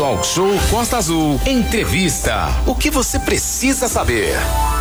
Talk Show Costa Azul. Entrevista. O que você precisa saber?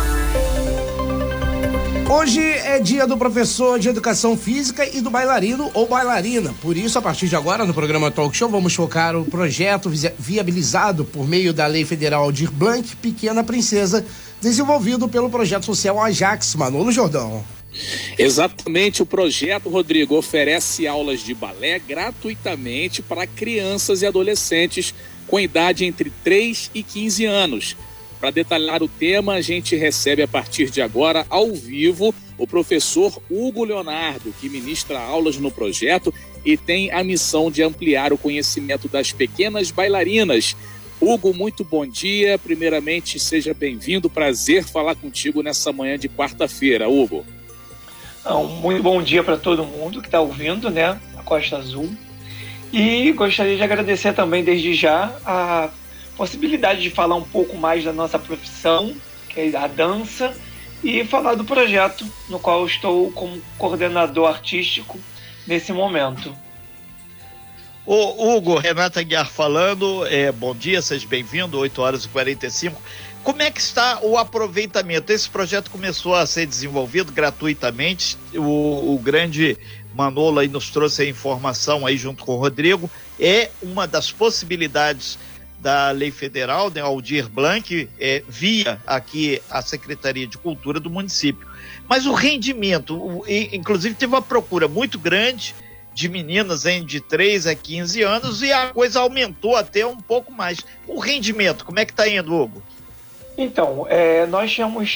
Hoje é dia do professor de educação física e do bailarino ou bailarina. Por isso, a partir de agora, no programa Talk Show, vamos focar o projeto viabilizado por meio da Lei Federal Aldir Blanc, Pequena Princesa, desenvolvido pelo projeto social Ajax. Manolo Jordão. Exatamente, o projeto, Rodrigo, oferece aulas de balé gratuitamente para crianças e adolescentes com idade entre 3 e 15 anos. Para detalhar o tema, a gente recebe a partir de agora, ao vivo, o professor Hugo Leonardo, que ministra aulas no projeto e tem a missão de ampliar o conhecimento das pequenas bailarinas. Hugo, muito bom dia. Primeiramente, seja bem-vindo. Prazer falar contigo nessa manhã de quarta-feira, Hugo. Muito bom dia para todo mundo que está ouvindo, né, a Costa Azul. E gostaria de agradecer também, desde já, a possibilidade de falar um pouco mais da nossa profissão, que é a dança, e falar do projeto no qual eu estou como coordenador artístico nesse momento. Ô Hugo, Renata Aguiar falando, bom dia, seja bem-vindo, 8h45. Como é que está o aproveitamento? Esse projeto começou a ser desenvolvido gratuitamente, o grande Manolo aí nos trouxe a informação aí junto com o Rodrigo, é uma das possibilidades da Lei Federal, né, Aldir Blanc, via aqui a Secretaria de Cultura do município. Mas o rendimento, inclusive teve uma procura muito grande de meninas de 3 a 15 anos e a coisa aumentou até um pouco mais. O rendimento, como é que está indo, Hugo? Então, nós tínhamos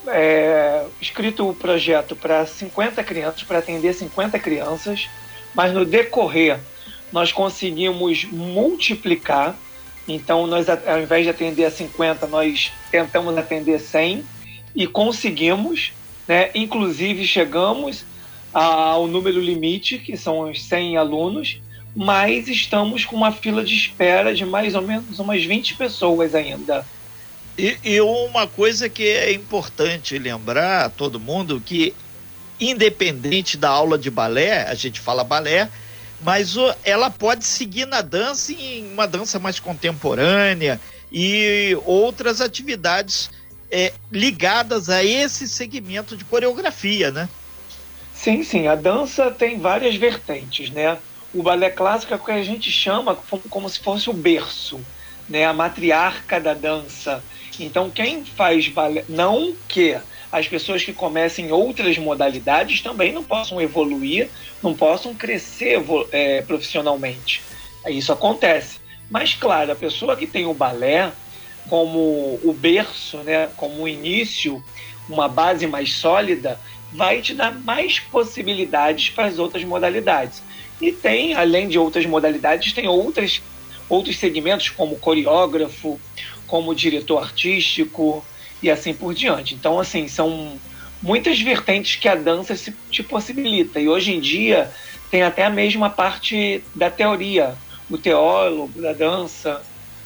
escrito o projeto para 50 crianças, para atender 50 crianças, mas no decorrer nós conseguimos multiplicar. Então, nós, ao invés de atender a 50, nós tentamos atender 100 e conseguimos, né? Inclusive, chegamos ao número limite, que são os 100 alunos, mas estamos com uma fila de espera de mais ou menos umas 20 pessoas ainda. E uma coisa que é importante lembrar a todo mundo, que independente da aula de balé, a gente fala balé, mas ela pode seguir na dança, em uma dança mais contemporânea e outras atividades ligadas a esse segmento de coreografia, né? Sim, a dança tem várias vertentes, né? O balé clássico é o que a gente chama como se fosse o berço, né? A matriarca da dança. Então, quem faz balé, não que as pessoas que comecem outras modalidades também não possam evoluir, não possam crescer profissionalmente. Isso acontece. Mas, claro, a pessoa que tem o balé como o berço, né, como o início, uma base mais sólida, vai te dar mais possibilidades para as outras modalidades. E tem, além de outras modalidades, tem outros segmentos, como coreógrafo, como diretor artístico e assim por diante. Então, assim, são muitas vertentes que a dança te possibilita. E hoje em dia tem até a mesma parte da teoria, o teólogo da dança.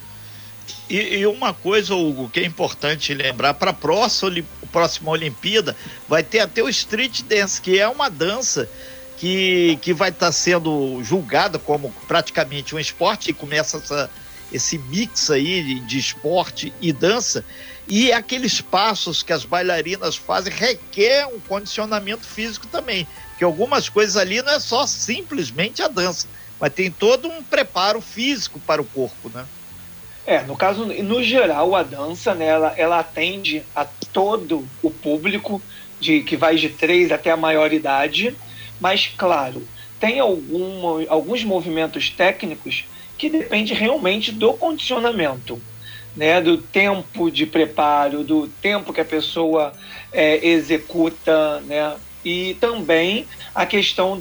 E uma coisa, Hugo, que é importante lembrar, para a próxima Olimpíada vai ter até o Street Dance, que é uma dança que vai estar sendo julgada como praticamente um esporte, e começa esse mix aí de esporte e dança, e aqueles passos que as bailarinas fazem requer um condicionamento físico também, porque algumas coisas ali não é só simplesmente a dança, mas tem todo um preparo físico para o corpo, né? No caso, no geral, a dança, né, ela atende a todo o público, que vai de 3 até a maioridade, mas, claro, tem alguns movimentos técnicos que depende realmente do condicionamento, né, do tempo de preparo, do tempo que a pessoa executa, né, e também a questão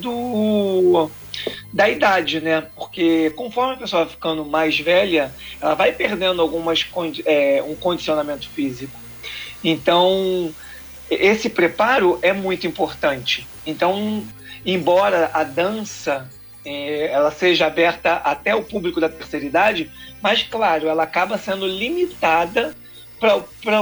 da idade, né, porque conforme a pessoa vai ficando mais velha, ela vai perdendo um condicionamento físico. Então, esse preparo é muito importante. Então, embora a dança ela seja aberta até o público da terceira idade, mas, claro, ela acaba sendo limitada para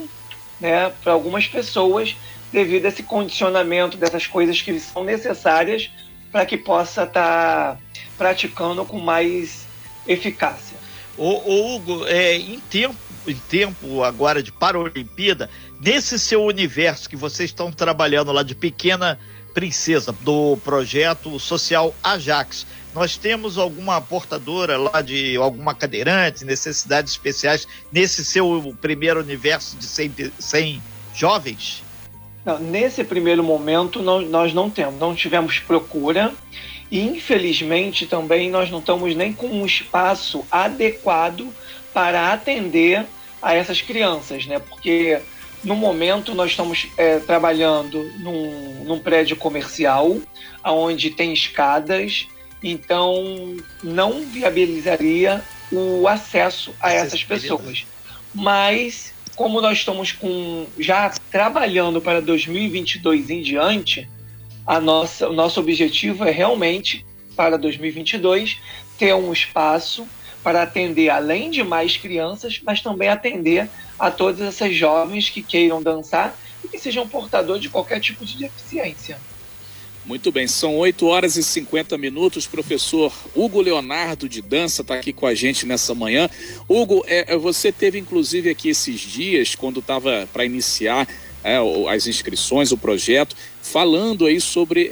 algumas pessoas devido a esse condicionamento dessas coisas que são necessárias para que possa estar praticando com mais eficácia. Ô Hugo, em tempo agora de Paralimpíada, nesse seu universo que vocês estão trabalhando lá de Pequena Princesa, do projeto social Ajax, nós temos alguma portadora lá de alguma cadeirante, necessidades especiais, nesse seu primeiro universo de 100 jovens? Não, nesse primeiro momento nós não tivemos procura e infelizmente também nós não estamos nem com um espaço adequado para atender a essas crianças, né? Porque no momento nós estamos trabalhando num prédio comercial, onde tem escadas, então não viabilizaria o acesso a essas pessoas. Mas como nós estamos já trabalhando para 2022 em diante, o nosso objetivo é realmente, para 2022, ter um espaço para atender, além de mais crianças, mas também atender a todas essas jovens que queiram dançar e que sejam portadores de qualquer tipo de deficiência. Muito bem, são 8h50, professor Hugo Leonardo de dança está aqui com a gente nessa manhã. Hugo, você teve inclusive aqui esses dias, quando estava para iniciar as inscrições, o projeto, falando aí sobre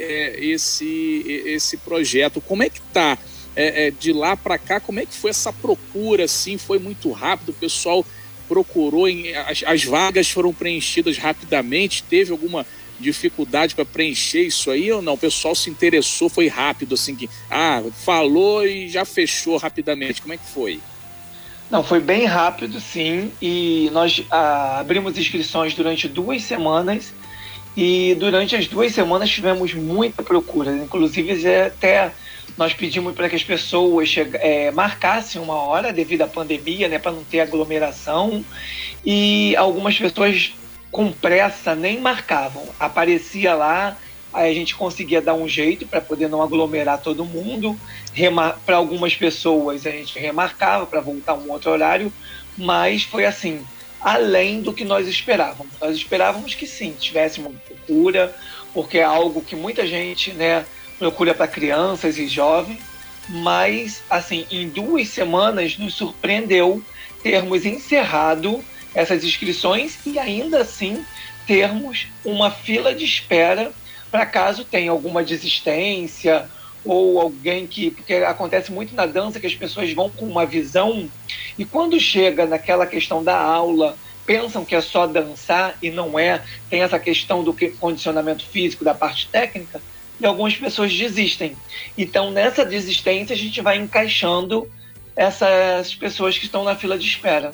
esse projeto. Como é que está de lá para cá? Como é que foi essa procura? Assim, foi muito rápido, o pessoal procurou, as vagas foram preenchidas rapidamente, teve alguma dificuldade para preencher isso aí ou não? O pessoal se interessou, foi rápido, assim, que falou e já fechou rapidamente. Como é que foi? Não, foi bem rápido, sim, e nós abrimos inscrições durante 2 semanas e durante as 2 semanas tivemos muita procura, inclusive até nós pedimos para que as pessoas marcassem uma hora devido à pandemia, né, para não ter aglomeração, e algumas pessoas com pressa nem marcavam, aparecia lá, aí a gente conseguia dar um jeito para poder não aglomerar todo mundo, para algumas pessoas a gente remarcava para voltar um outro horário, mas foi assim, além do que nós esperávamos. Nós esperávamos que sim, tivesse uma procura, porque é algo que muita gente, né, procura para crianças e jovens, mas assim, em 2 semanas nos surpreendeu termos encerrado essas inscrições e ainda assim termos uma fila de espera para caso tenha alguma desistência ou alguém porque acontece muito na dança que as pessoas vão com uma visão e quando chega naquela questão da aula pensam que é só dançar e não é, tem essa questão do condicionamento físico, da parte técnica, e algumas pessoas desistem. Então nessa desistência a gente vai encaixando essas pessoas que estão na fila de espera.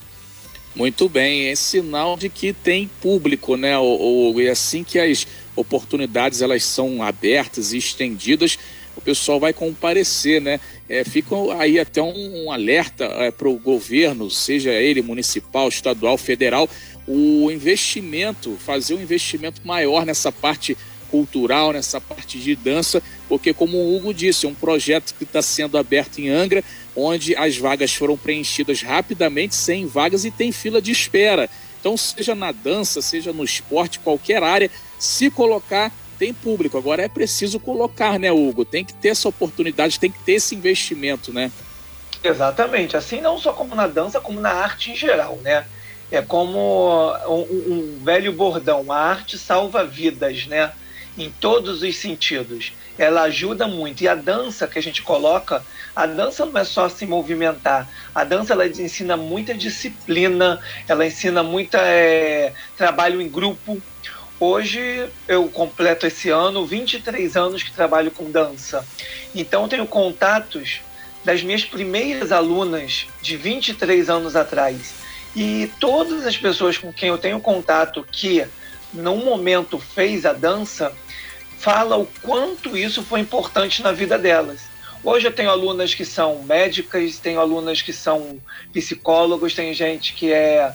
Muito bem, é sinal de que tem público, né? E assim que as oportunidades elas são abertas e estendidas, o pessoal vai comparecer, né? Fica aí até um alerta para o governo, seja ele municipal, estadual, federal, o investimento, fazer um investimento maior nessa parte cultural, nessa parte de dança, porque como o Hugo disse, é um projeto que está sendo aberto em Angra, onde as vagas foram preenchidas rapidamente, 100 vagas e tem fila de espera. Então, seja na dança, seja no esporte, qualquer área, se colocar, tem público. Agora é preciso colocar, né, Hugo? Tem que ter essa oportunidade, tem que ter esse investimento, né? Exatamente. Assim, não só como na dança, como na arte em geral, né? É como um velho bordão, a arte salva vidas, né? Em todos os sentidos. Ela ajuda muito. E a dança que a gente coloca, a dança não é só se movimentar. A dança ela ensina muita disciplina, ela ensina muito trabalho em grupo. Hoje eu completo esse ano 23 anos que trabalho com dança. Então tenho contatos das minhas primeiras alunas de 23 anos atrás. E todas as pessoas com quem eu tenho contato que num momento fez a dança, fala o quanto isso foi importante na vida delas. Hoje eu tenho alunas que são médicas, tenho alunas que são psicólogos, tem gente que é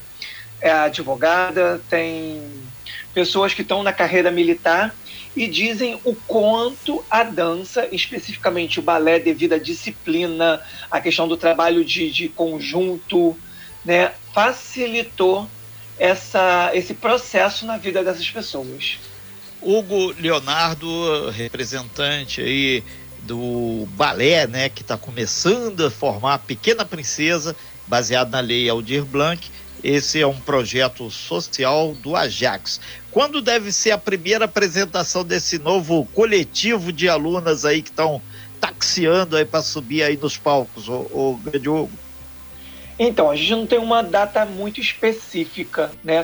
advogada, tem pessoas que estão na carreira militar e dizem o quanto a dança, especificamente o balé, devido à disciplina, a questão do trabalho de conjunto, né, facilitou esse processo na vida dessas pessoas. Hugo Leonardo, representante aí do balé, né, que está começando a formar a Pequena Princesa, baseado na Lei Aldir Blanc. Esse é um projeto social do Ajax. Quando deve ser a primeira apresentação desse novo coletivo de alunas aí que estão taxiando aí para subir aí nos palcos, o grande Hugo? Então, a gente não tem uma data muito específica, né?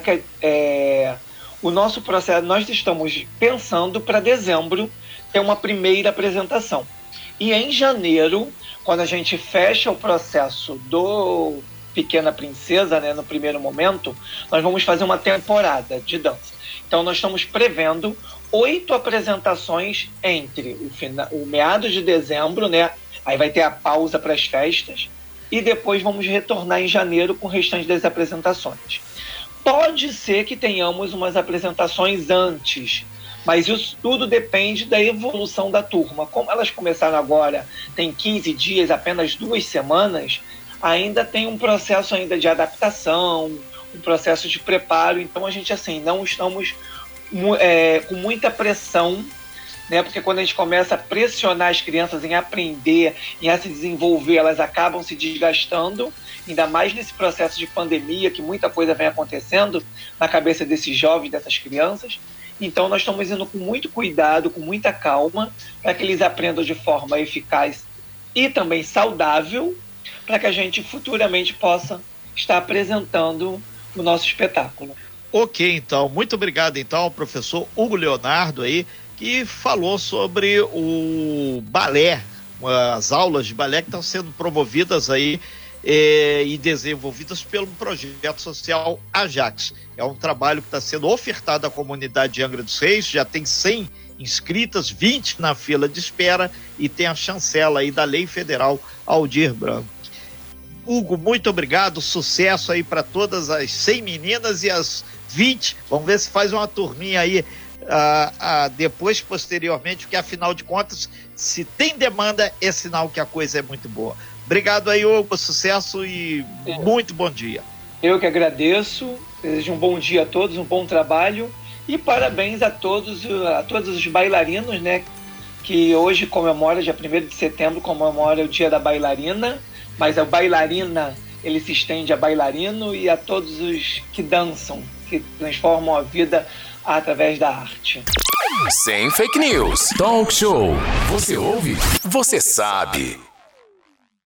O nosso processo, nós estamos pensando para dezembro ter uma primeira apresentação. E em janeiro, quando a gente fecha o processo do Pequena Princesa, né, no primeiro momento, nós vamos fazer uma temporada de dança. Então, nós estamos prevendo 8 apresentações entre o meados de dezembro, né? Aí vai ter a pausa para as festas, e depois vamos retornar em janeiro com o restante das apresentações. Pode ser que tenhamos umas apresentações antes, mas isso tudo depende da evolução da turma. Como elas começaram agora, tem 15 dias, apenas 2 semanas, ainda tem um processo ainda de adaptação, um processo de preparo. Então a gente assim não estamos com muita pressão, né? Porque quando a gente começa a pressionar as crianças em aprender, em a se desenvolver, elas acabam se desgastando, ainda mais nesse processo de pandemia, que muita coisa vem acontecendo na cabeça desses jovens, dessas crianças. Então nós estamos indo com muito cuidado, com muita calma, para que eles aprendam de forma eficaz e também saudável, para que a gente futuramente possa estar apresentando o nosso espetáculo. Ok, então, muito obrigado então ao professor Hugo Leonardo aí, que falou sobre o balé, as aulas de balé que estão sendo promovidas aí e desenvolvidas pelo projeto social Ajax. É um trabalho que está sendo ofertado à comunidade de Angra dos Reis, já tem 100 inscritas, 20 na fila de espera e tem a chancela aí da Lei Federal Aldir Blanc. Hugo, muito obrigado, sucesso aí para todas as 100 meninas e as 20, vamos ver se faz uma turminha aí depois, posteriormente, porque afinal de contas, se tem demanda, é sinal que a coisa é muito boa. Obrigado aí, Hugo, sucesso e muito bom dia. Eu que agradeço, desejo um bom dia a todos, um bom trabalho e parabéns a todos os bailarinos, né, que hoje comemora, dia 1º de setembro, comemora o Dia da Bailarina, mas a bailarina, ele se estende a bailarino e a todos os que dançam, que transformam a vida através da arte. Sem fake news. Talk show. Você ouve? Você sabe.